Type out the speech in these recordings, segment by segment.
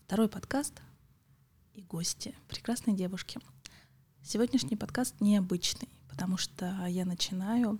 Второй подкаст и гости, прекрасные девушки. Сегодняшний подкаст необычный, потому что я начинаю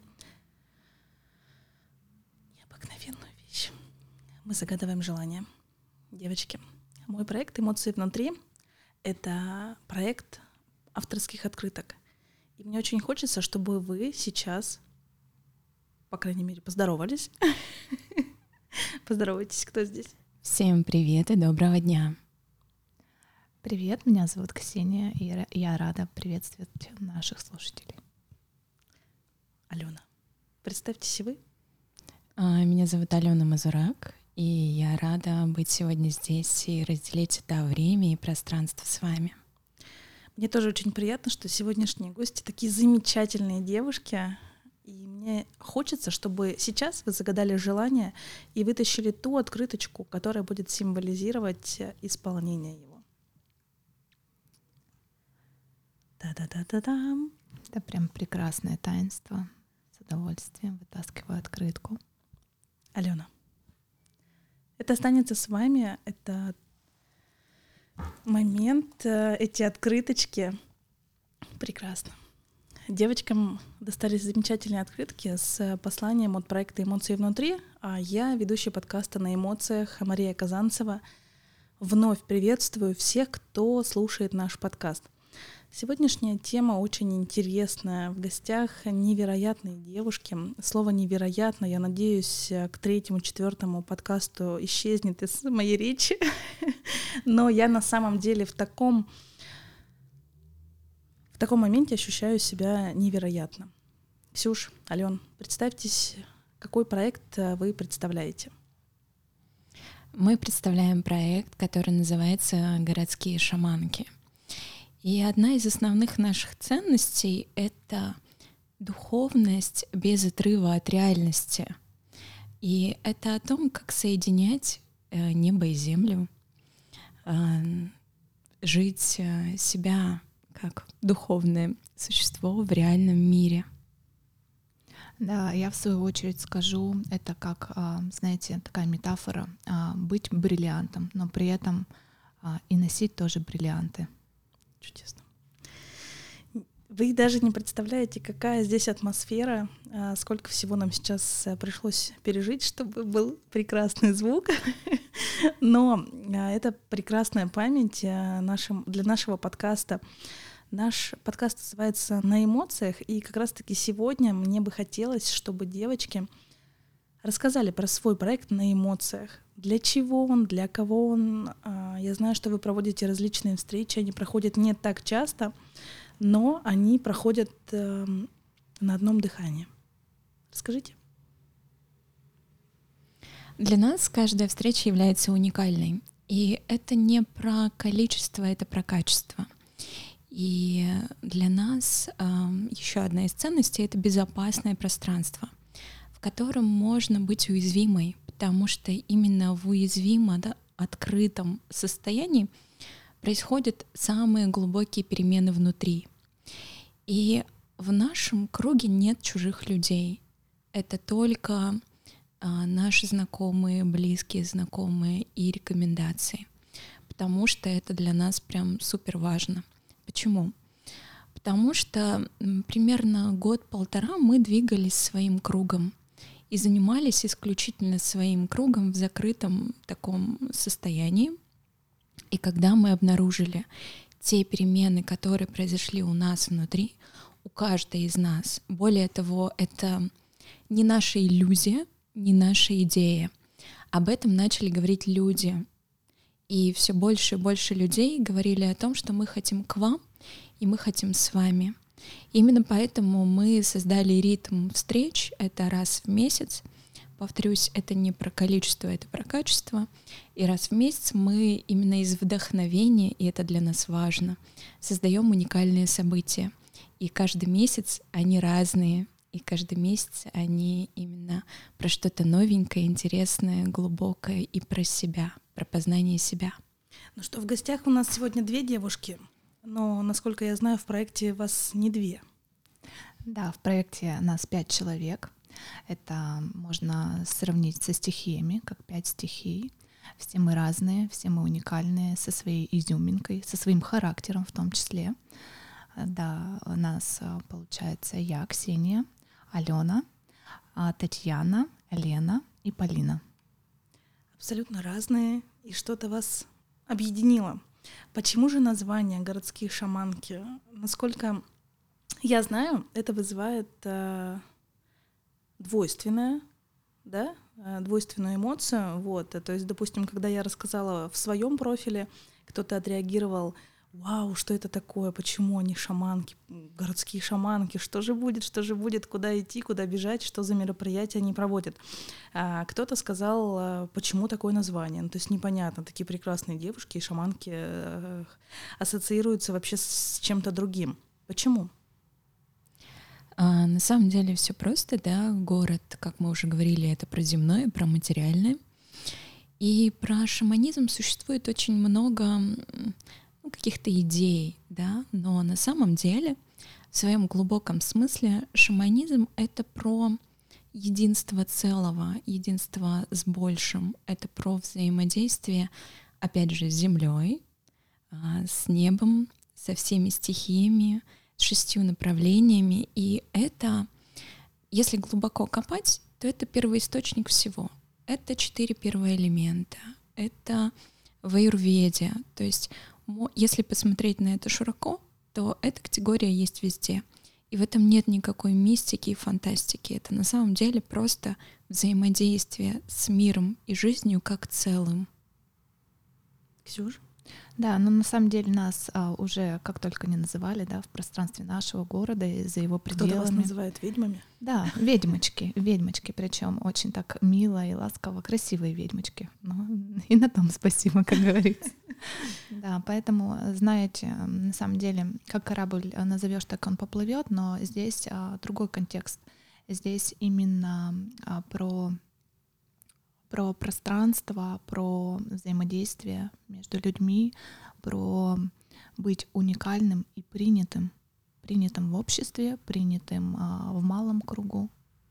необыкновенную вещь. Мы загадываем желание. Девочки, мой проект «Эмоции внутри» — это проект авторских открыток. И мне очень хочется, чтобы вы сейчас, по крайней мере, поздоровались. Поздоровайтесь, кто здесь? Всем привет и доброго дня. Привет, меня зовут Ксения, и я рада приветствовать наших слушателей. Алена, представьтесь и вы. Меня зовут Алена Мазурак, и я рада быть сегодня здесь и разделить это время и пространство с вами. Мне тоже очень приятно, что сегодняшние гости такие замечательные девушки. И мне хочется, чтобы сейчас вы загадали желание и вытащили ту открыточку, которая будет символизировать исполнение его. Та-да-да-да-дам. Это прям прекрасное таинство. С удовольствием вытаскиваю открытку. Алена, это останется с вами, это момент, эти открыточки. Прекрасно. Девочкам достались замечательные открытки с посланием от проекта «Эмоции внутри», а я, ведущая подкаста «На эмоциях» Мария Казанцева, вновь приветствую всех, кто слушает наш подкаст. Сегодняшняя тема очень интересная. В гостях невероятные девушки. Слово «невероятно», я надеюсь, к 3-4 подкасту исчезнет из моей речи. Но я на самом деле в таком моменте ощущаю себя невероятно. Ксюш, Ален, представьтесь, какой проект вы представляете? Мы представляем проект, который называется «Городские шаманки». И одна из основных наших ценностей — это духовность без отрыва от реальности. И это о том, как соединять небо и землю, жить себя как духовное существо в реальном мире. Да, я в свою очередь скажу, это как, знаете, такая метафора, быть бриллиантом, но при этом и носить тоже бриллианты. Чудесно. Вы даже не представляете, какая здесь атмосфера, сколько всего нам сейчас пришлось пережить, чтобы был прекрасный звук. Но это прекрасная память для нашего подкаста. Наш подкаст называется «На эмоциях», и как раз-таки сегодня мне бы хотелось, чтобы девочки рассказали про свой проект «На эмоциях». Для чего он, для кого он. Я знаю, что вы проводите различные встречи, они проходят не так часто, но они проходят на одном дыхании. Расскажите. Для нас каждая встреча является уникальной. И это не про количество, это про качество. И для нас еще одна из ценностей — это безопасное пространство, в котором можно быть уязвимой, потому что именно в уязвимом, открытом состоянии происходят самые глубокие перемены внутри. И в нашем круге нет чужих людей. Это только наши знакомые, близкие знакомые и рекомендации, потому что это для нас прям супер важно. Почему? Потому что примерно год-полтора мы двигались своим кругом и занимались исключительно своим кругом в закрытом таком состоянии. И когда мы обнаружили те перемены, которые произошли у нас внутри, у каждой из нас, более того, это не наша иллюзия, не наша идея. Об этом начали говорить люди. И все больше и больше людей говорили о том, что мы хотим к вам, и мы хотим с вами. Именно поэтому мы создали ритм встреч, это раз в месяц. Повторюсь, это не про количество, это про качество. И раз в месяц мы именно из вдохновения, и это для нас важно, создаем уникальные события. И каждый месяц они разные, и каждый месяц они именно про что-то новенькое, интересное, глубокое и про себя, про познание себя. Ну что, в гостях у нас сегодня 2 девушки, но, насколько я знаю, в проекте вас не 2. Да, в проекте нас 5 человек. Это можно сравнить со стихиями, как 5 стихий. Все мы разные, все мы уникальные, со своей изюминкой, со своим характером в том числе. Да, у нас получается я, Ксения, Алена, Татьяна, Лена и Полина. Абсолютно разные, и что-то вас объединило. Почему же название «Городские шаманки»? Насколько я знаю, это вызывает двойственную эмоцию. Вот. То есть, допустим, когда я рассказала в своем профиле, кто-то отреагировал: «Вау, что это такое? Почему они шаманки, городские шаманки? Что же будет? Куда идти, куда бежать? Что за мероприятия они проводят?» А кто-то сказал: «Почему такое название?» То есть непонятно, такие прекрасные девушки и шаманки ассоциируются вообще с чем-то другим. Почему? На самом деле все просто, да, город, как мы уже говорили, это про земное, про материальное. И про шаманизм существует очень много каких-то идей, да, но на самом деле в своем глубоком смысле шаманизм — это про единство целого, единство с большим, это про взаимодействие, опять же, с землей, с небом, со всеми стихиями, с 6 направлениями. И это, если глубоко копать, то это первоисточник всего. Это 4 первоэлемента. Это в аюрведе. То есть если посмотреть на это широко, то эта категория есть везде. И в этом нет никакой мистики и фантастики. Это на самом деле просто взаимодействие с миром и жизнью как целым. Ксюш? Да, но на самом деле нас уже как только не называли, да, в пространстве нашего города и за его пределами. Кто-то вас называет ведьмами? Да, ведьмочки, причем очень так мило и ласково, красивые ведьмочки. Ну, и на том спасибо, как говорится. Да, поэтому, знаете, на самом деле, как корабль назовешь, так он поплывет, но здесь другой контекст. Здесь именно про пространство, про взаимодействие между людьми, про быть уникальным и принятым в обществе, принятым в малом кругу.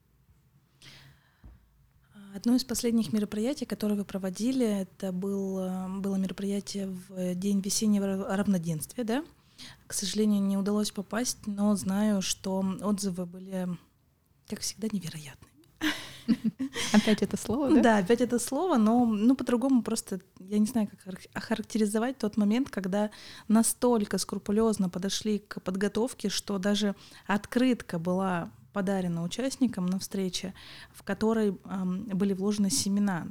Одно из последних мероприятий, которое вы проводили, это было мероприятие в День весеннего равноденствия, да? К сожалению, не удалось попасть, но знаю, что отзывы были, как всегда, невероятными. Опять это слово, да? Да, опять это слово, но по-другому просто, я не знаю, как охарактеризовать тот момент, когда настолько скрупулезно подошли к подготовке, что даже открытка была подарена участникам на встрече, в которой были вложены семена.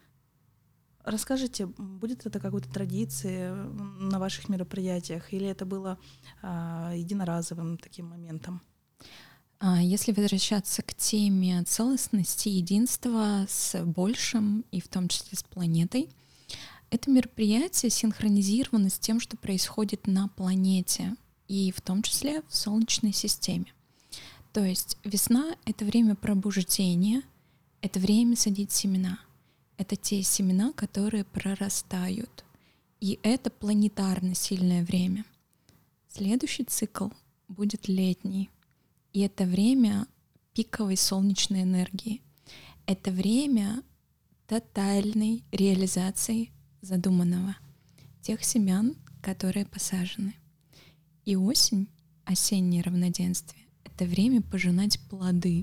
Расскажите, будет это какой-то традицией на ваших мероприятиях, или это было единоразовым таким моментом? Если возвращаться к теме целостности, единства с большим, и в том числе с планетой, это мероприятие синхронизировано с тем, что происходит на планете, и в том числе в Солнечной системе. То есть весна — это время пробуждения, это время садить семена. Это те семена, которые прорастают. И это планетарно сильное время. Следующий цикл будет летний. И это время пиковой солнечной энергии. Это время тотальной реализации задуманного, тех семян, которые посажены. И осень, осеннее равноденствие, это время пожинать плоды.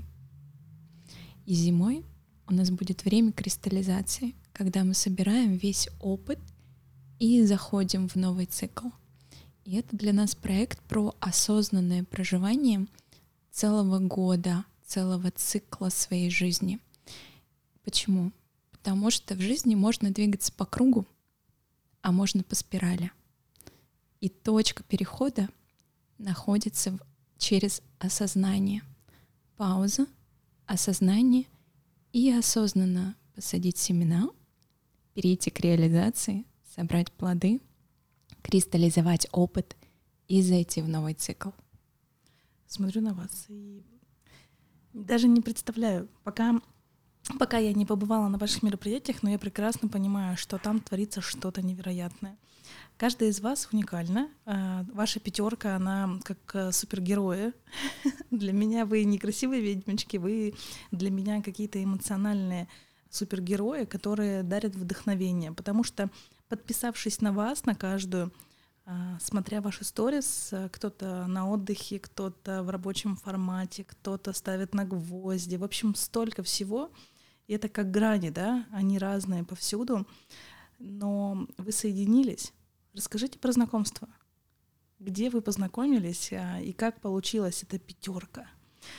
И зимой у нас будет время кристаллизации, когда мы собираем весь опыт и заходим в новый цикл. И это для нас проект про осознанное проживание целого года, целого цикла своей жизни. Почему? Потому что в жизни можно двигаться по кругу, а можно по спирали. И точка перехода находится через осознание. Пауза, осознание и осознанно посадить семена, перейти к реализации, собрать плоды, кристаллизовать опыт и зайти в новый цикл. Смотрю на вас и даже не представляю, пока я не побывала на ваших мероприятиях, но я прекрасно понимаю, что там творится что-то невероятное. Каждая из вас уникальна. Ваша 5, она как супергерои. Для меня вы не красивые ведьмочки, вы для меня какие-то эмоциональные супергерои, которые дарят вдохновение, потому что, подписавшись на вас, на каждую, смотря ваши сторис, кто-то на отдыхе, кто-то в рабочем формате, кто-то ставит на гвозди, в общем, столько всего, и это как грани, да, они разные повсюду, но вы соединились. Расскажите про знакомство. Где вы познакомились и как получилась эта пятерка?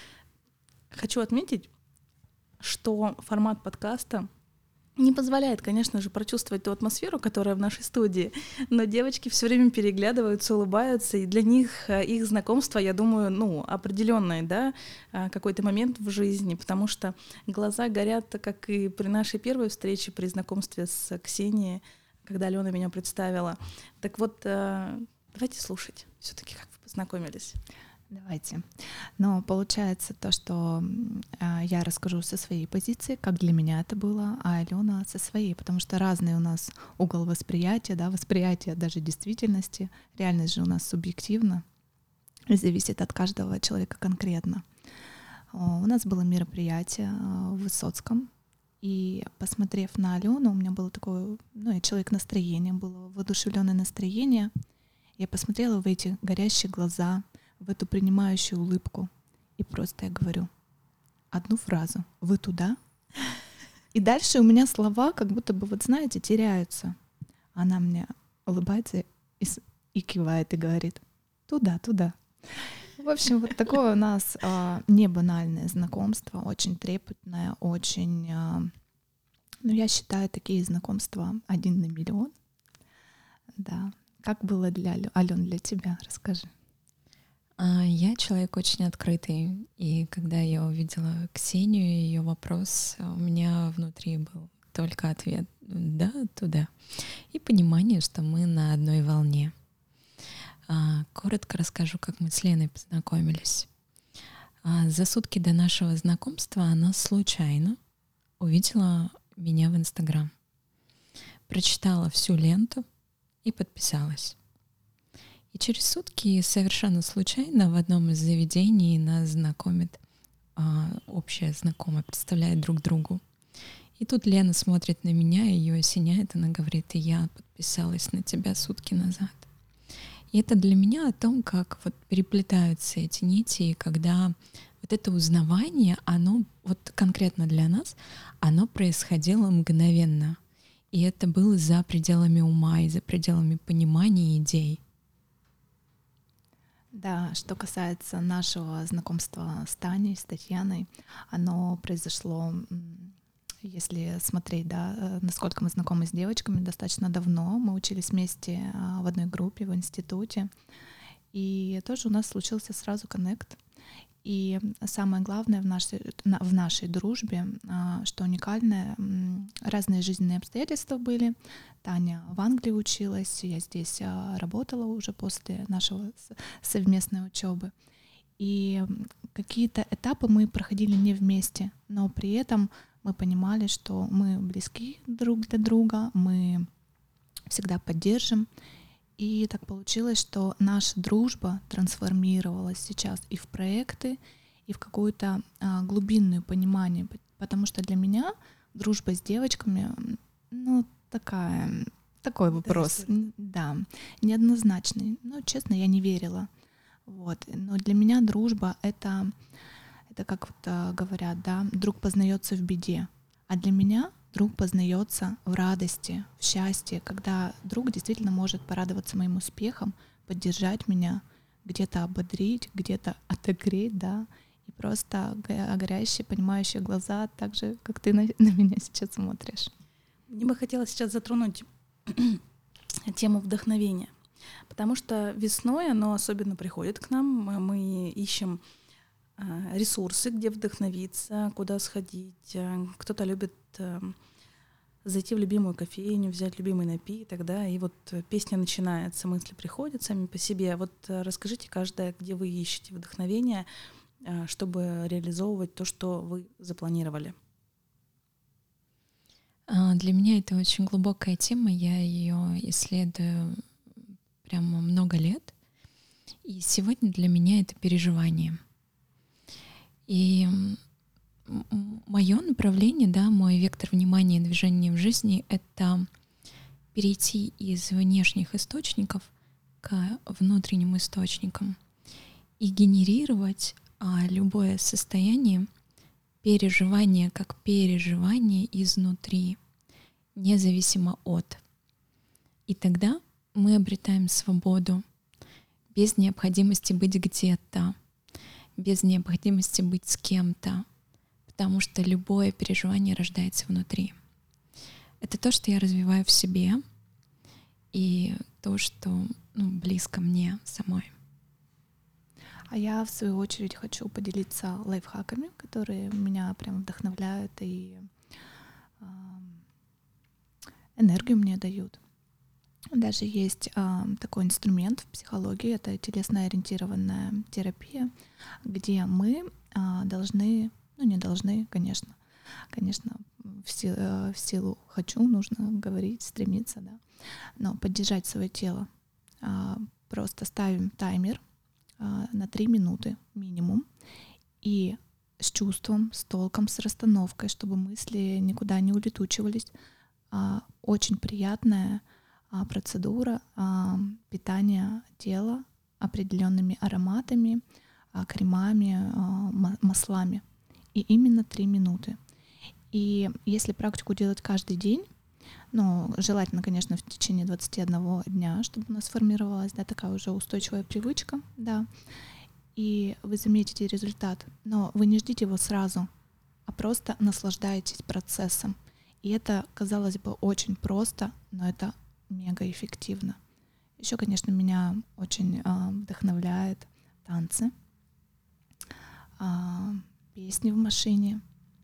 Хочу отметить, что формат подкаста не позволяет, конечно же, прочувствовать ту атмосферу, которая в нашей студии, но девочки все время переглядываются, улыбаются, и для них их знакомство, я думаю, определенный, да, какой-то момент в жизни, потому что глаза горят, как и при нашей первой встрече, при знакомстве с Ксенией, когда Алена меня представила. Так вот, давайте слушать все-таки, как вы познакомились. Давайте. Но получается то, что я расскажу со своей позиции, как для меня это было, а Алена со своей, потому что разный у нас угол восприятия, да, восприятие даже действительности. Реальность же у нас субъективна, зависит от каждого человека конкретно. У нас было мероприятие в Высоцком, и посмотрев на Алену, у меня было такое, я человек настроения, было воодушевленное настроение. Я посмотрела в эти горящие глаза, в эту принимающую улыбку. И просто я говорю одну фразу: «Вы туда?» И дальше у меня слова как будто бы, знаете, теряются. Она мне улыбается и кивает, и говорит: «Туда, туда». В общем, вот такое у нас не банальное знакомство, очень трепетное, очень... я считаю, такие знакомства 1 на миллион. Да. Как было Алён, для тебя? Расскажи. Я человек очень открытый, и когда я увидела Ксению и ее вопрос, у меня внутри был только ответ «да, туда», и понимание, что мы на одной волне. Коротко расскажу, как мы с Леной познакомились. За сутки до нашего знакомства она случайно увидела меня в Инстаграм, прочитала всю ленту и подписалась. И через сутки совершенно случайно в одном из заведений нас знакомит общая знакомая, представляет друг другу. И тут Лена смотрит на меня, ее осеняет, она говорит: «И я подписалась на тебя сутки назад». И это для меня о том, как вот переплетаются эти нити, и когда вот это узнавание, оно вот конкретно для нас, оно происходило мгновенно. И это было за пределами ума и за пределами понимания идей. Да, что касается нашего знакомства с Таней, с Татьяной, оно произошло, если смотреть, да, насколько мы знакомы с девочками, достаточно давно. Мы учились вместе в одной группе в институте, и тоже у нас случился сразу коннект. И самое главное в нашей дружбе, что уникальное, разные жизненные обстоятельства были. Таня в Англии училась, я здесь работала уже после нашего совместной учебы. И какие-то этапы мы проходили не вместе, но при этом мы понимали, что мы близки друг для друга, мы всегда поддержим. И так получилось, что наша дружба трансформировалась сейчас и в проекты, и в какое-то глубинное понимание. Потому что для меня дружба с девочками, такой вопрос. Да, неоднозначный. Честно, я не верила. Вот. Но для меня дружба — это как вот говорят, да, друг познается в беде. А для меня друг познается в радости, в счастье, когда друг действительно может порадоваться моим успехам, поддержать меня, где-то ободрить, где-то отогреть, да, и просто горящие, понимающие глаза, так же, как ты на меня сейчас смотришь. Мне бы хотелось сейчас затронуть тему вдохновения, потому что весной оно особенно приходит к нам, мы ищем ресурсы, где вдохновиться, куда сходить. Кто-то любит зайти в любимую кофейню, взять любимый напиток, да, и вот песня начинается, мысли приходят сами по себе. Вот расскажите каждая, где вы ищете вдохновение, чтобы реализовывать то, что вы запланировали. Для меня это очень глубокая тема, я ее исследую прямо много лет, и сегодня для меня это переживание. И мое направление, да, мой вектор внимания и движения в жизни — это перейти из внешних источников к внутренним источникам и генерировать любое состояние, переживание как переживание изнутри, независимо от. И тогда мы обретаем свободу без необходимости быть где-то, без необходимости быть с кем-то, потому что любое переживание рождается внутри. Это то, что я развиваю в себе, и то, что близко мне самой. А я, в свою очередь, хочу поделиться лайфхаками, которые меня прям вдохновляют и энергию мне дают. Даже есть такой инструмент в психологии, это телесно-ориентированная терапия, где мы должны, не должны, конечно, в силу хочу, нужно говорить, стремиться, да, но поддержать свое тело. Просто ставим таймер на 3 минуты минимум и с чувством, с толком, с расстановкой, чтобы мысли никуда не улетучивались. Очень приятная процедура питания тела определенными ароматами, кремами, маслами. И именно 3 минуты. И если практику делать каждый день, желательно, конечно, в течение 21 дня, чтобы у нас сформировалась, да, такая уже устойчивая привычка, да, и вы заметите результат. Но вы не ждите его сразу, а просто наслаждаетесь процессом. И это, казалось бы, очень просто, но это мега эффективно. Еще, конечно, меня очень вдохновляют танцы, песни в машине,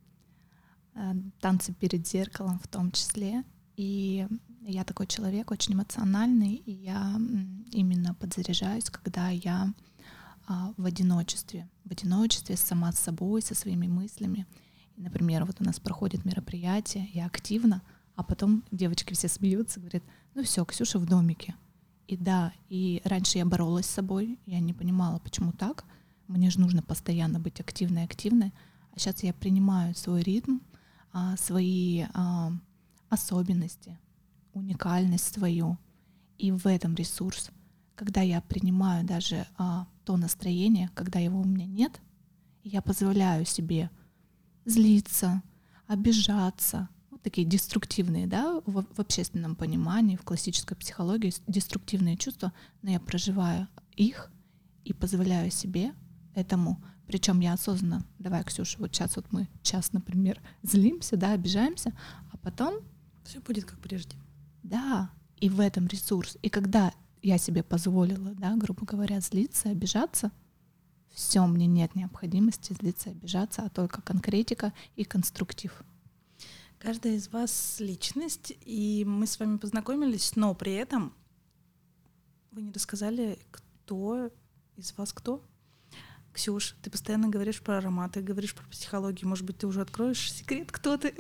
танцы перед зеркалом в том числе. И я такой человек очень эмоциональный, и я именно подзаряжаюсь, когда я в одиночестве сама с собой, со своими мыслями. И, например, вот у нас проходит мероприятие, я активна, а потом девочки все смеются, говорят: ну все, Ксюша в домике. И да, и раньше я боролась с собой, я не понимала, почему так. Мне же нужно постоянно быть активной. А сейчас я принимаю свой ритм, свои особенности, уникальность свою. И в этом ресурс. Когда я принимаю даже то настроение, когда его у меня нет, я позволяю себе злиться, обижаться. Вот такие деструктивные, да, в общественном понимании, в классической психологии деструктивные чувства, но я проживаю их и позволяю себе этому. Причем я осознанно: давай, Ксюша, вот сейчас вот мы час, например, злимся, да, обижаемся, а потом все будет как прежде. Да, и в этом ресурс. И когда я себе позволила, да, грубо говоря, злиться, обижаться, все, мне нет необходимости злиться, обижаться, а только конкретика и конструктив. Каждая из вас личность, и мы с вами познакомились, но при этом вы не рассказали, кто из вас кто. Ксюш, ты постоянно говоришь про ароматы, говоришь про психологию. Может быть, ты уже откроешь секрет, кто ты?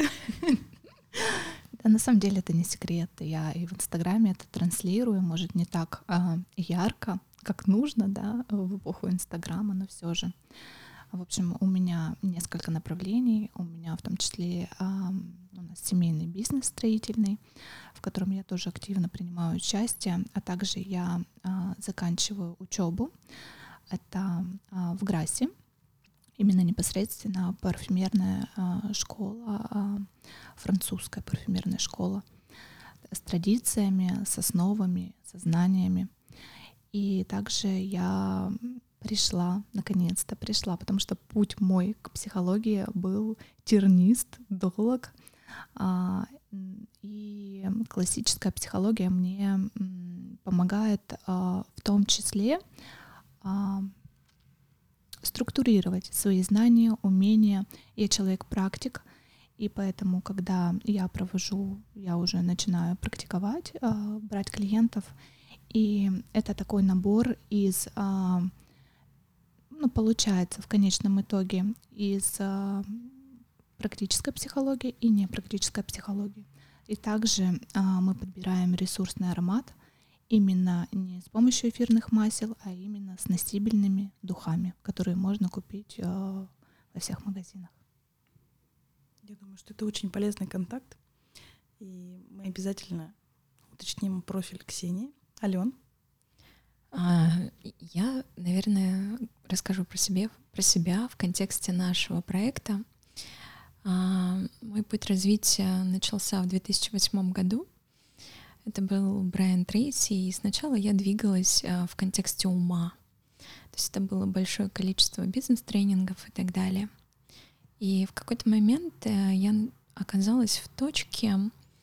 Да, на самом деле это не секрет. Я и в Инстаграме это транслирую, может, не так ярко, как нужно, да, в эпоху Инстаграма, но все же. В общем, у меня несколько направлений. У меня в том числе у нас семейный бизнес строительный, в котором я тоже активно принимаю участие, а также я заканчиваю учебу. Это в ГРАСе, именно непосредственно парфюмерная школа, французская парфюмерная школа с традициями, с основами, со знаниями. И также я наконец-то пришла, потому что путь мой к психологии был тернист, долг. И классическая психология мне помогает в том числе структурировать свои знания, умения. Я человек-практик, и поэтому, когда я уже начинаю практиковать, брать клиентов, и это такой набор из, получается в конечном итоге из практической психологии и непрактической психологии. И также мы подбираем ресурсный аромат, именно не с помощью эфирных масел, а именно с носибельными духами, которые можно купить во всех магазинах. Я думаю, что это очень полезный контакт. И мы обязательно уточним профиль Ксении. Ален. Я, наверное, расскажу про себя в контексте нашего проекта. Мой путь развития начался в 2008 году. Это был Брайан Трейси, и сначала я двигалась в контексте ума. То есть это было большое количество бизнес-тренингов и так далее. И в какой-то момент я оказалась в точке,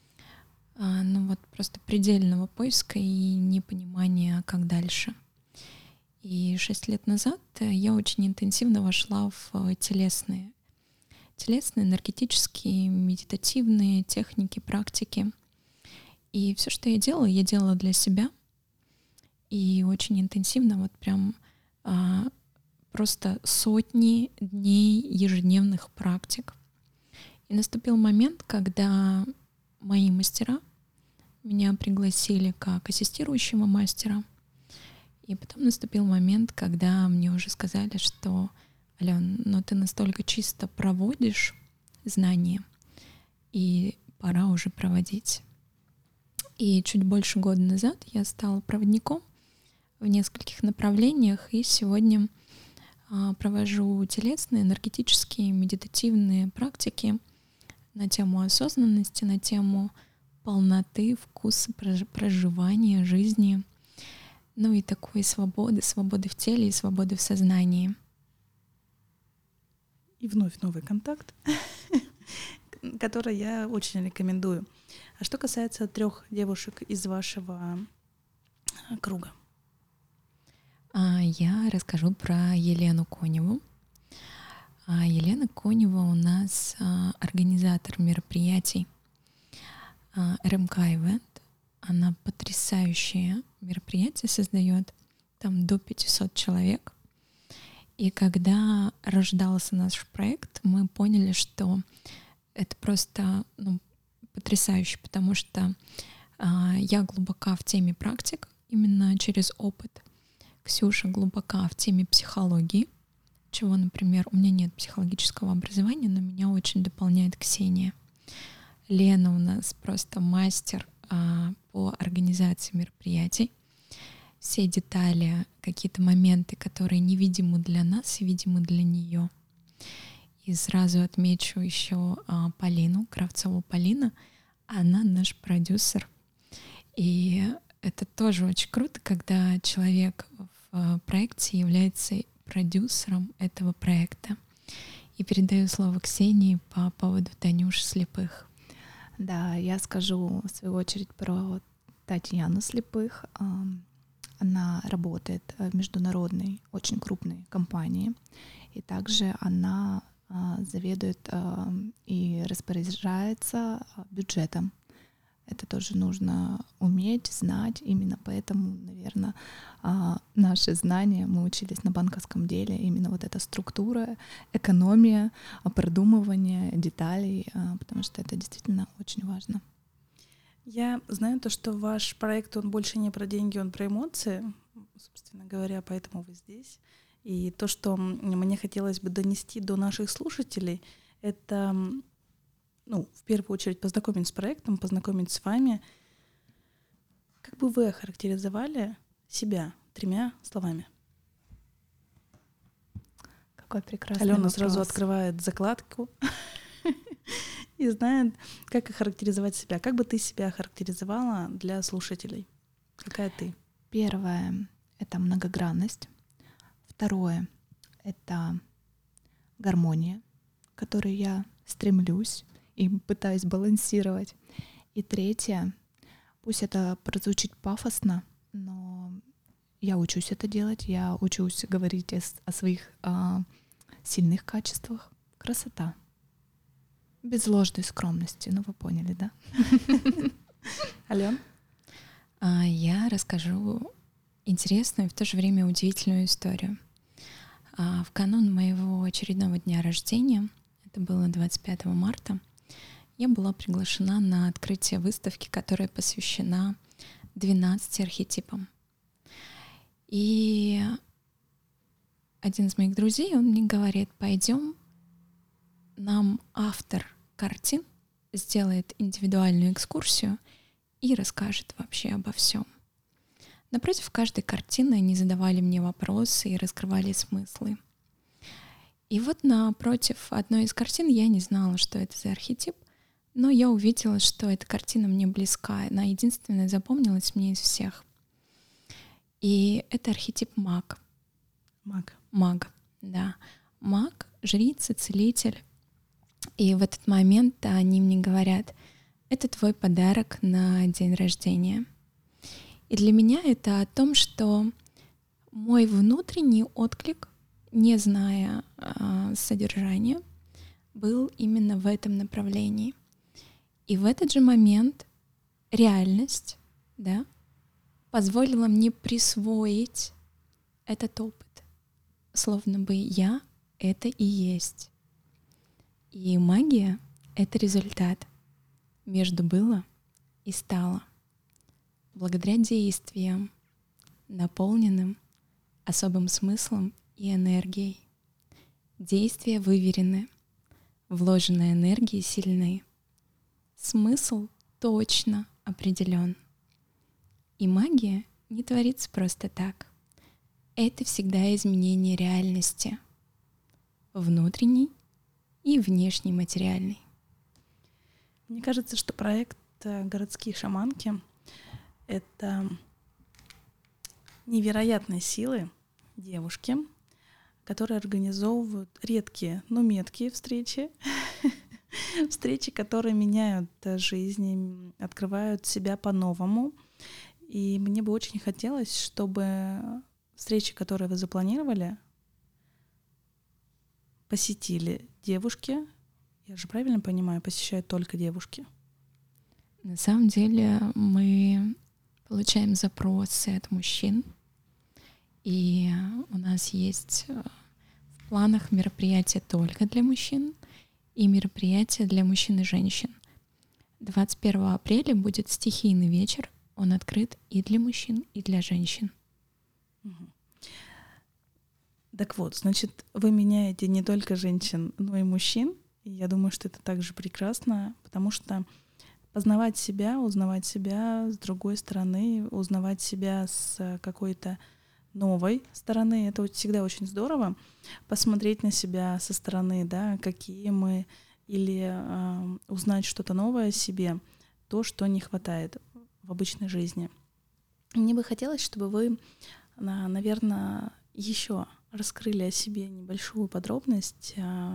просто предельного поиска и непонимания, как дальше. И 6 лет назад я очень интенсивно вошла в телесные, энергетические, медитативные техники, практики. И все, что я делала для себя. И очень интенсивно, вот прям просто сотни дней ежедневных практик. И наступил момент, когда мои мастера меня пригласили как ассистирующего мастера. И потом наступил момент, когда мне уже сказали, что Ален, но ты настолько чисто проводишь знания, и пора уже проводить. И чуть больше года назад я стала проводником в нескольких направлениях, и сегодня провожу телесные, энергетические, медитативные практики на тему осознанности, на тему полноты, вкуса, проживания жизни, ну и такой свободы в теле и свободы в сознании. И вновь новый контакт, который я очень рекомендую. А что касается 3 девушек из вашего круга? Я расскажу про Елену Коневу. Елена Конева у нас организатор мероприятий РМК Event. Она потрясающие мероприятия создает, там до 500 человек. И когда рождался наш проект, мы поняли, что это просто потрясающе, потому что я глубока в теме практик, именно через опыт. Ксюша глубока в теме психологии, чего, например, у меня нет психологического образования, но меня очень дополняет Ксения. Лена у нас просто мастер по организации мероприятий. Все детали, какие-то моменты, которые невидимы для нас, видимы для нее. И сразу отмечу еще Полину, Кравцову Полина. Она наш продюсер. И это тоже очень круто, когда человек в проекте является продюсером этого проекта. И передаю слово Ксении по поводу Танюши Слепых. Да, я скажу в свою очередь про Татьяну Слепых. Она работает в международной, очень крупной компании. И также она заведует и распоряжается бюджетом. Это тоже нужно уметь, знать. Именно поэтому, наверное, наши знания, мы учились на банковском деле, именно вот эта структура, экономия, продумывание деталей, потому что это действительно очень важно. Я знаю то, что ваш проект, он больше не про деньги, он про эмоции, собственно говоря, поэтому вы здесь. И то, что мне хотелось бы донести до наших слушателей, это, в первую очередь, познакомить с проектом, познакомить с вами. Как бы вы охарактеризовали себя 3 словами? Какой прекрасный Алена вопрос. сразу открывает закладку и знает, как охарактеризовать себя. Как бы ты себя охарактеризовала для слушателей? Какая ты? Первое — это многогранность. Второе — это гармония, к которой я стремлюсь и пытаюсь балансировать. И третье, пусть это прозвучит пафосно, но я учусь это делать, я учусь говорить о своих сильных качествах. Красота. Без ложной скромности, вы поняли, да? Ален? Я расскажу интересную и в то же время удивительную историю. В канун моего очередного дня рождения, это было 25 марта, я была приглашена на открытие выставки, которая посвящена 12 архетипам. И один из моих друзей, он мне говорит: пойдем, нам автор картин, сделает индивидуальную экскурсию и расскажет вообще обо всем. Напротив каждой картины они задавали мне вопросы и раскрывали смыслы. И вот напротив одной из картин я не знала, что это за архетип, но я увидела, что эта картина мне близка. Она единственная запомнилась мне из всех. И это архетип маг. Маг, да. Маг, жрица, целитель. И в этот момент они мне говорят: это твой подарок на день рождения. И для меня это о том, что мой внутренний отклик, не зная содержания, был именно в этом направлении. И в этот же момент реальность, да, позволила мне присвоить этот опыт, словно бы я — это и есть. И магия — это результат между было и стало. Благодаря действиям, наполненным особым смыслом и энергией. Действия выверены, вложенные энергии сильны. Смысл точно определен. И магия не творится просто так. Это всегда изменение реальности, внутренней и внешней материальной. Мне кажется, что проект «Городские шаманки» — это невероятной силы девушки, которые организовывают редкие, но меткие встречи, встречи, которые меняют жизнь, открывают себя по-новому. И мне бы очень хотелось, чтобы встречи, которые вы запланировали, посетили девушки. Я же правильно понимаю, посещают только девушки? На самом деле мы получаем запросы от мужчин, и у нас есть в планах мероприятия только для мужчин и мероприятия для мужчин и женщин. 21 апреля будет стихийный вечер, он открыт и для мужчин, и для женщин. Так вот, значит, вы меняете не только женщин, но и мужчин. И я думаю, что это также прекрасно, потому что познавать себя, узнавать себя с другой стороны, узнавать себя с какой-то новой стороны, это всегда очень здорово. Посмотреть на себя со стороны, да, какие мы, или узнать что-то новое о себе, то, что не хватает в обычной жизни. Мне бы хотелось, чтобы вы, наверное, еще раскрыли о себе небольшую подробность.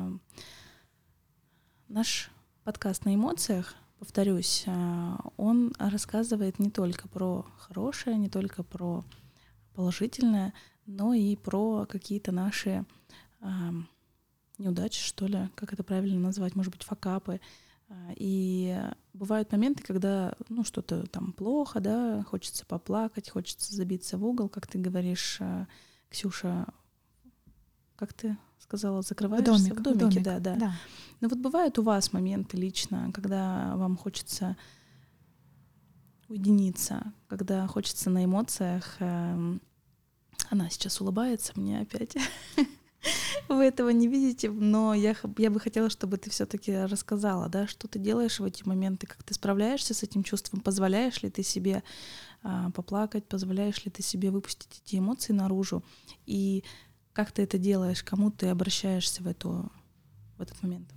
Наш подкаст «На эмоциях», повторюсь, он рассказывает не только про хорошее, не только про положительное, но и про какие-то наши неудачи, что ли, как это правильно назвать, может быть, факапы. И бывают моменты, когда что-то там плохо, да, хочется поплакать, хочется забиться в угол, как ты говоришь, Ксюша, как ты сказала, закрываешься в домике, да. Но вот бывают у вас моменты лично, когда вам хочется уединиться, когда хочется на эмоциях. Она сейчас улыбается мне опять. Вы этого не видите, но я бы хотела, чтобы ты все-таки рассказала, да, что ты делаешь в эти моменты, как ты справляешься с этим чувством, позволяешь ли ты себе поплакать, позволяешь ли ты себе выпустить эти эмоции наружу, и как ты это делаешь, кому ты обращаешься в этот момент?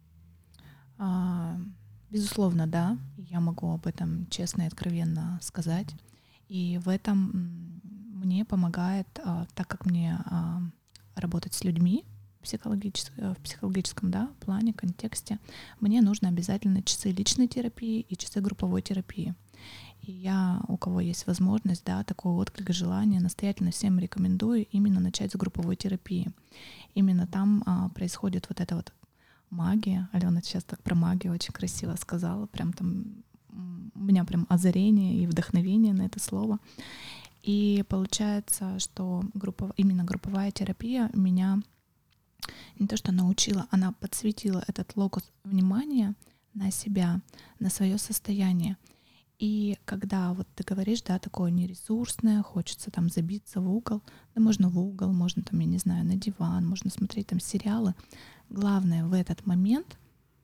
Безусловно, да, я могу об этом честно и откровенно сказать, и в этом мне помогает, так как мне работать с людьми в психологическом, да, плане, контексте, мне нужно обязательно часы личной терапии и часы групповой терапии. И я, у кого есть возможность, да, такой отклик, желание, настоятельно всем рекомендую именно начать с групповой терапии. Именно там происходит вот эта вот магия. Алена сейчас так про магию очень красиво сказала, прям там у меня прям озарение и вдохновение на это слово. И получается, что именно групповая терапия меня не то что научила, она подсветила этот локус внимания на себя, на свое состояние. И когда вот ты говоришь, да, такое нересурсное, хочется там забиться в угол, да можно в угол, можно там, я не знаю, на диван, можно смотреть там сериалы. Главное в этот момент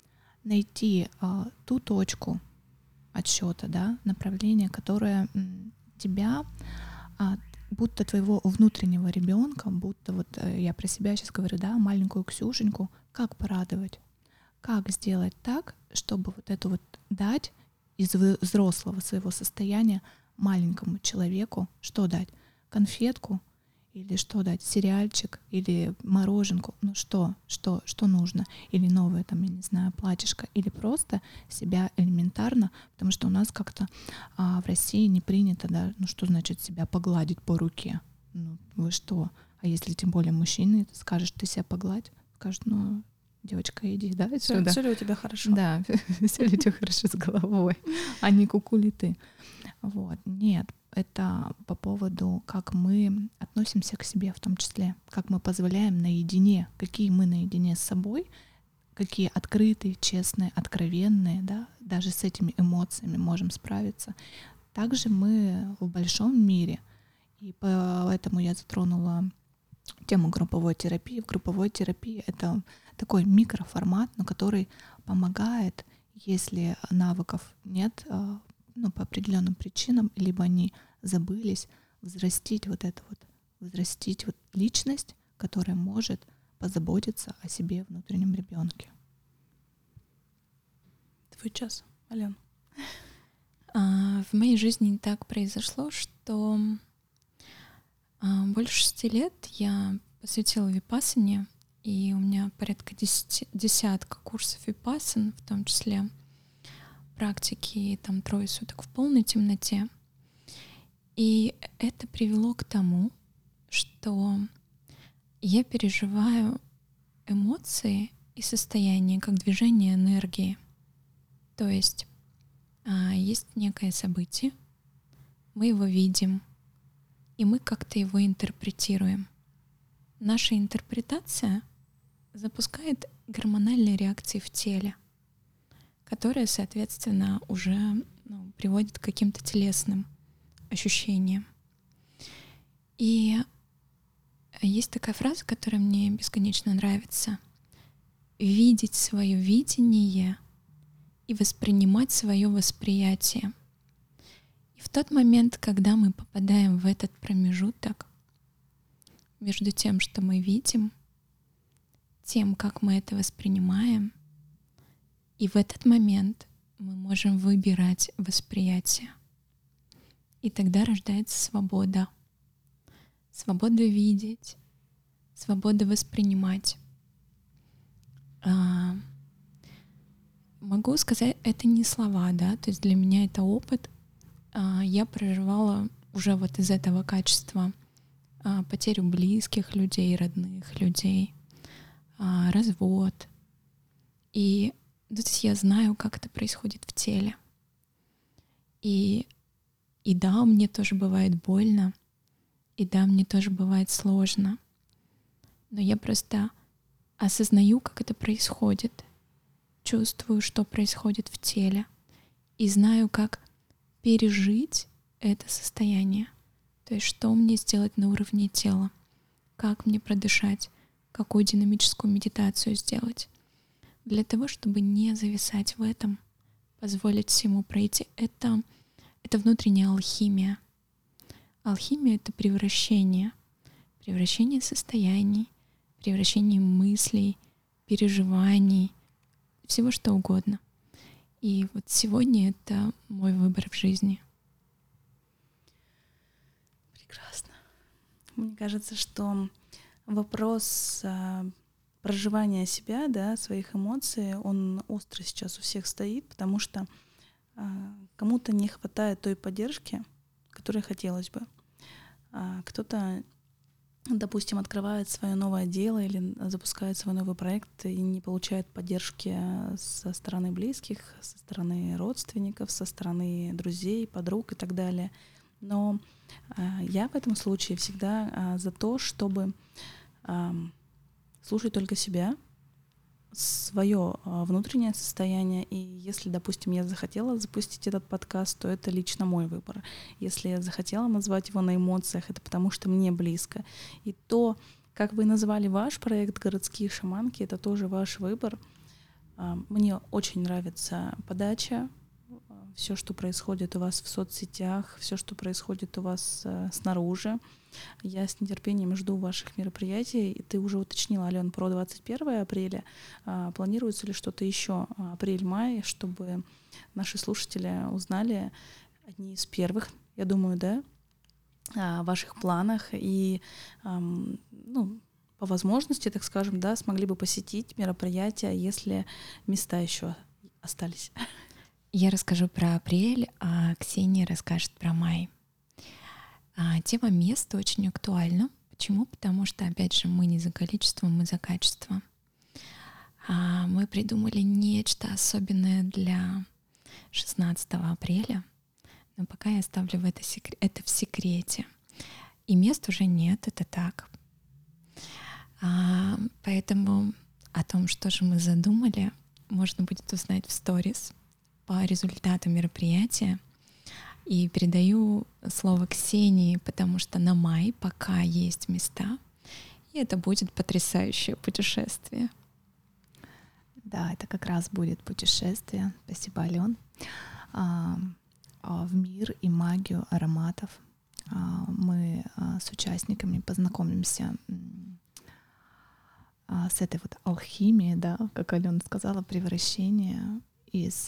найти ту точку отсчета, да, направление, которое тебя, будто твоего внутреннего ребенка, будто вот я про себя сейчас говорю, да, маленькую Ксюшеньку, как порадовать, как сделать так, чтобы вот это вот дать из взрослого своего состояния маленькому человеку, что дать? Конфетку или что дать? Сериальчик или мороженку? Ну что нужно? Или новое там, я не знаю, платьишко? Или просто себя элементарно, потому что у нас как-то в России не принято, да, ну что значит себя погладить по руке? Ну вы что? А если тем более мужчины скажешь, ты себя погладь, скажет, ну девочка, иди, да, сюда. Все ли у тебя хорошо? Да, все ли у тебя хорошо с головой, а не кукули ты. Вот. Нет, это по поводу, как мы относимся к себе в том числе, как мы позволяем наедине, какие мы наедине с собой, какие открытые, честные, откровенные, да, даже с этими эмоциями можем справиться. Также мы в большом мире, и поэтому я затронула тему групповой терапии. В групповой терапии это такой микроформат, но который помогает, если навыков нет, ну, по определенным причинам, либо они забылись, взрастить вот личность, которая может позаботиться о себе внутреннем ребенке. Твой час, Ален. В моей жизни так произошло, что больше 6 лет я посвятила випассане, и у меня порядка десятка курсов випассан, в том числе практики там 3 суток в полной темноте. И это привело к тому, что я переживаю эмоции и состояние как движение энергии. То есть есть некое событие, мы его видим, и мы как-то его интерпретируем. Наша интерпретация запускает гормональные реакции в теле, которые, соответственно, уже приводят к каким-то телесным ощущениям. И есть такая фраза, которая мне бесконечно нравится. Видеть свое видение и воспринимать свое восприятие. И в тот момент, когда мы попадаем в этот промежуток между тем, что мы видим, тем, как мы это воспринимаем, и в этот момент мы можем выбирать восприятие. И тогда рождается свобода. Свобода видеть, свобода воспринимать. Могу сказать, это не слова, да, то есть для меня это опыт. Я проживала уже вот из этого качества потерю близких людей, родных людей, развод. И то есть я знаю, как это происходит в теле. И да, мне тоже бывает больно, и да, мне тоже бывает сложно. Но я просто осознаю, как это происходит, чувствую, что происходит в теле, и знаю, как пережить это состояние. То есть что мне сделать на уровне тела, как мне продышать, какую динамическую медитацию сделать. Для того, чтобы не зависать в этом, позволить всему пройти, это внутренняя алхимия. Алхимия — это превращение состояний, превращение мыслей, переживаний, всего что угодно. И вот сегодня это мой выбор в жизни. Прекрасно. Мне кажется, что вопрос проживания себя, да, своих эмоций, он остро сейчас у всех стоит, потому что кому-то не хватает той поддержки, которой хотелось бы. Кто-то, допустим, открывает свое новое дело или запускает свой новый проект и не получает поддержки со стороны близких, со стороны родственников, со стороны друзей, подруг и так далее. Но я в этом случае всегда за то, чтобы слушать только себя, свое внутреннее состояние. И если, допустим, я захотела запустить этот подкаст, то это лично мой выбор. Если я захотела назвать его на эмоциях, это потому что мне близко. И то, как вы назвали ваш проект «Городские шаманки», это тоже ваш выбор. Мне очень нравится подача, все, что происходит у вас в соцсетях, все, что происходит у вас снаружи. Я с нетерпением жду ваших мероприятий. Ты уже уточнила, Алён, про 21 апреля. Планируется ли что-то еще апрель-май, чтобы наши слушатели узнали одни из первых, я думаю, да, о ваших планах и, ну, по возможности, так скажем, да, смогли бы посетить мероприятия, если места еще остались. Я расскажу про апрель, а Ксения расскажет про май. Тема места очень актуальна. Почему? Потому что, опять же, мы не за количество, мы за качество. Мы придумали нечто особенное для 16 апреля, но пока я оставлю это в секрете. И мест уже нет, это так. Поэтому о том, что же мы задумали, можно будет узнать в сторис по результату мероприятия. И передаю слово Ксении, потому что на май пока есть места, и это будет потрясающее путешествие. Да, это как раз будет путешествие. Спасибо, Алён. В мир и магию ароматов. Мы с участниками познакомимся с этой вот алхимией, да, как Алена сказала, превращение из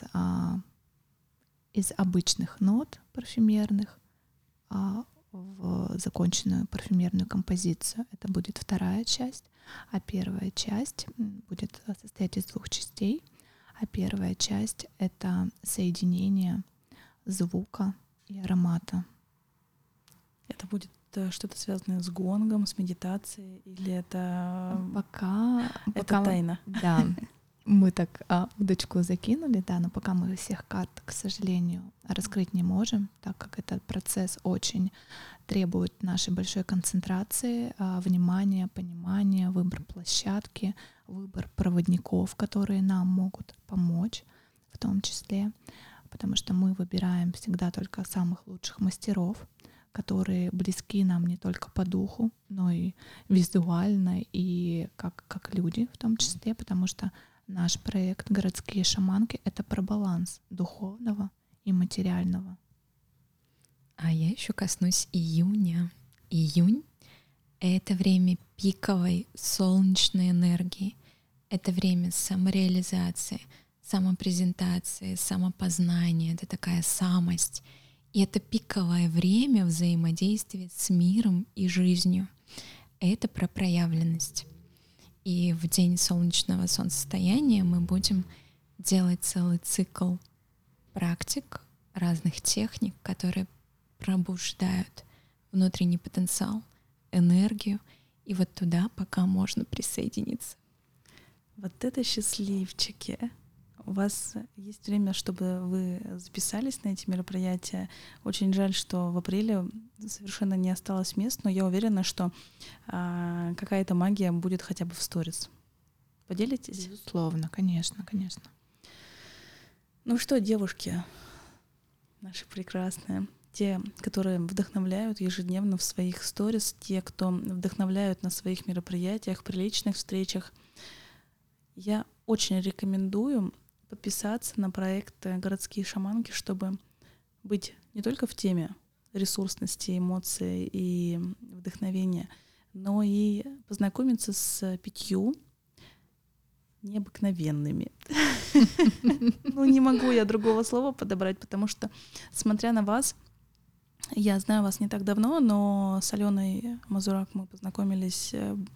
обычных нот парфюмерных в законченную парфюмерную композицию. Это будет вторая часть, а первая часть будет состоять из 2 частей. А первая часть — это соединение звука и аромата. Это будет что-то связанное с гонгом, с медитацией, или это пока тайна? Да, мы так удочку закинули, да, но пока мы всех карт, к сожалению, раскрыть не можем, так как этот процесс очень требует нашей большой концентрации, внимания, понимания, выбор площадки, выбор проводников, которые нам могут помочь в том числе, потому что мы выбираем всегда только самых лучших мастеров, которые близки нам не только по духу, но и визуально, и как люди в том числе, потому что наш проект «Городские шаманки» — это про баланс духовного и материального. А я еще коснусь июня. Июнь — это время пиковой солнечной энергии. Это время самореализации, самопрезентации, самопознания. Это такая самость. И это пиковое время взаимодействия с миром и жизнью. Это про проявленность. И в день солнечного солнцестояния мы будем делать целый цикл практик, разных техник, которые пробуждают внутренний потенциал, энергию. И вот туда пока можно присоединиться. Вот это счастливчики! У вас есть время, чтобы вы записались на эти мероприятия. Очень жаль, что в апреле совершенно не осталось мест, но я уверена, что какая-то магия будет хотя бы в сторис. Поделитесь? Безусловно, конечно, конечно. Ну что, девушки, наши прекрасные, те, которые вдохновляют ежедневно в своих сторис, те, кто вдохновляют на своих мероприятиях, при личных встречах, я очень рекомендую подписаться на проект «Городские шаманки», чтобы быть не только в теме ресурсности, эмоций и вдохновения, но и познакомиться с 5 необыкновенными. Ну, не могу я другого слова подобрать, потому что, смотря на вас, я знаю вас не так давно, но с Аленой Мазурак мы познакомились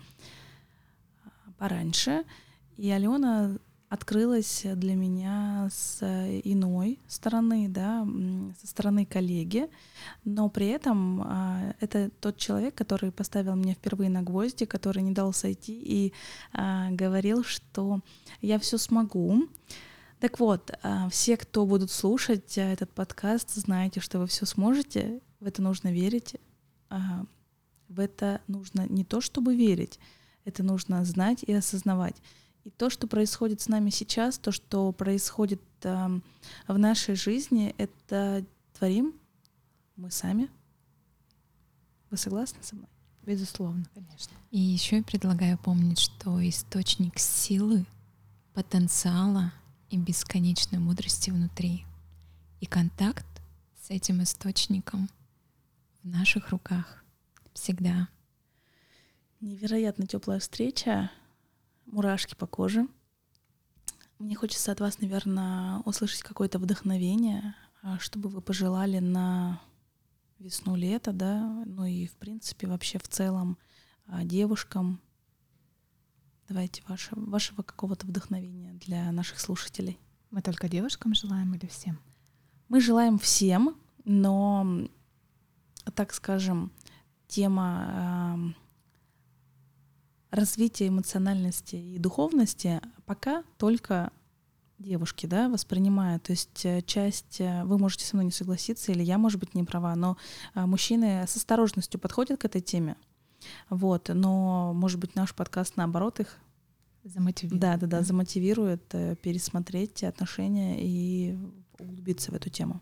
пораньше, и Алена открылась для меня с иной стороны, да, со стороны коллеги, но при этом это тот человек, который поставил меня впервые на гвозди, который не дал сойти и говорил, что я все смогу. Так вот, все, кто будут слушать этот подкаст, знайте, что вы все сможете, в это нужно верить, в это нужно не то чтобы верить, это нужно знать и осознавать. И то, что происходит с нами сейчас, то, что происходит в нашей жизни, это творим мы сами. Вы согласны со мной? Безусловно, конечно. И еще я предлагаю помнить, что источник силы потенциала и бесконечной мудрости внутри. И контакт с этим источником в наших руках всегда. Невероятно теплая встреча, мурашки по коже. Мне хочется от вас, наверное, услышать какое-то вдохновение, чтобы вы пожелали на весну-лето, да, ну и в принципе вообще в целом девушкам. Давайте вашего какого-то вдохновения для наших слушателей. Мы только девушкам желаем или всем? Мы желаем всем, но, так скажем, тема развития эмоциональности и духовности пока только девушки, да, воспринимают. То есть часть, вы можете со мной не согласиться, или я, может быть, не права, но мужчины с осторожностью подходят к этой теме. Вот, но, может быть, наш подкаст, наоборот, их замотивирует. Да, замотивирует пересмотреть отношения и углубиться в эту тему.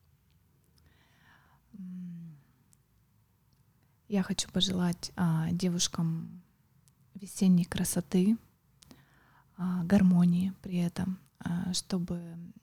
Я хочу пожелать девушкам весенней красоты, гармонии при этом, чтобы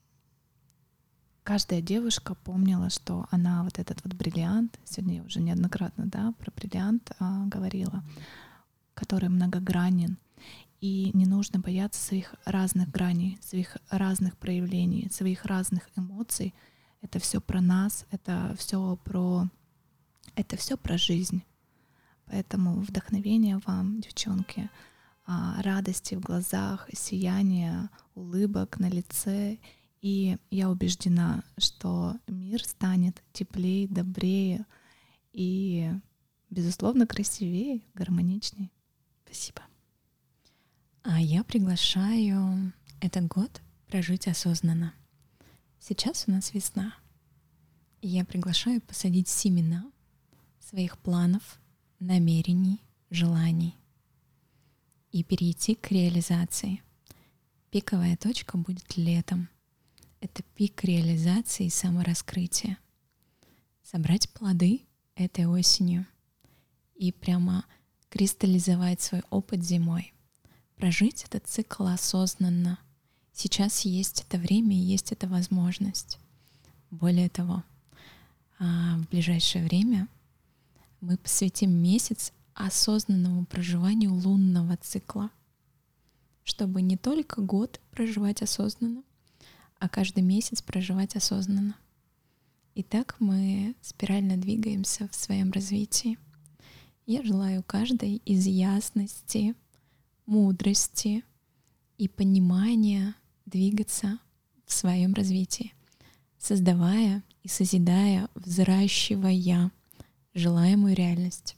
каждая девушка помнила, что она вот этот вот бриллиант, сегодня я уже неоднократно, да, про бриллиант говорила, который многогранен, и не нужно бояться своих разных граней, своих разных проявлений, своих разных эмоций. Это все про нас, это все про жизнь. Поэтому вдохновение вам, девчонки, радости в глазах, сияния, улыбок на лице. И я убеждена, что мир станет теплее, добрее и, безусловно, красивее, гармоничнее. Спасибо. А я приглашаю этот год прожить осознанно. Сейчас у нас весна. И я приглашаю посадить семена своих планов, намерений, желаний и перейти к реализации. Пиковая точка будет летом. Это пик реализации и самораскрытия. Собрать плоды этой осенью и прямо кристаллизовать свой опыт зимой. Прожить этот цикл осознанно. Сейчас есть это время и есть эта возможность. Более того, в ближайшее время мы посвятим месяц осознанному проживанию лунного цикла, чтобы не только год проживать осознанно, а каждый месяц проживать осознанно. И так мы спирально двигаемся в своем развитии. Я желаю каждой из ясности, мудрости и понимания двигаться в своем развитии, создавая и созидая, взращивая желаемую реальность.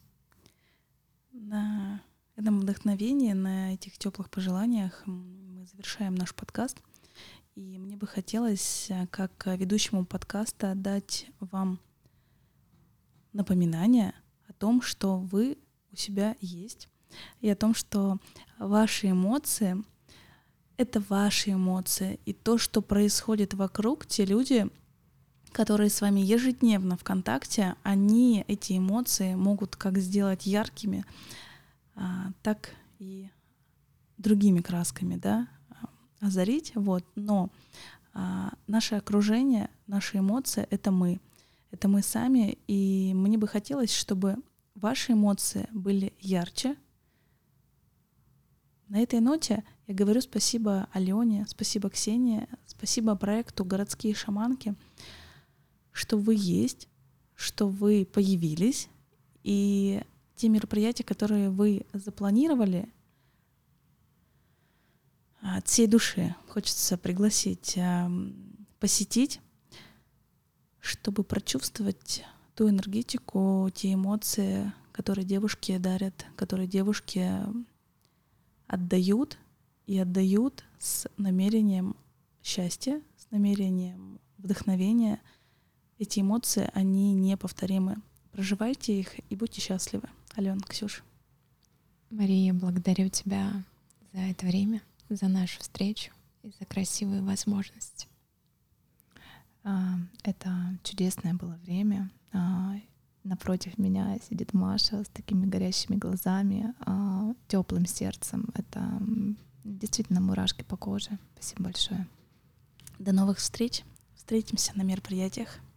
На этом вдохновении, на этих теплых пожеланиях мы завершаем наш подкаст. И мне бы хотелось, как ведущему подкаста, дать вам напоминание о том, что вы у себя есть, и о том, что ваши эмоции — это ваши эмоции. И то, что происходит вокруг, те люди, которые с вами ежедневно в контакте, они эти эмоции могут как сделать яркими, так и другими красками, да, озарить. Вот. Но наше окружение, наши эмоции — это мы. Это мы сами. И мне бы хотелось, чтобы ваши эмоции были ярче. На этой ноте я говорю спасибо Алене, спасибо Ксении, спасибо проекту «Городские шаманки», что вы есть, что вы появились, и те мероприятия, которые вы запланировали, от всей души хочется пригласить посетить, чтобы прочувствовать ту энергетику, те эмоции, которые девушки дарят, которые девушки отдают и отдают с намерением счастья, с намерением вдохновения. Эти эмоции, они неповторимы. Проживайте их и будьте счастливы. Алён, Ксюш. Мария, благодарю тебя за это время, за нашу встречу и за красивые возможности. Это чудесное было время. Напротив меня сидит Маша с такими горящими глазами, теплым сердцем. Это действительно мурашки по коже. Спасибо большое. До новых встреч. Встретимся на мероприятиях.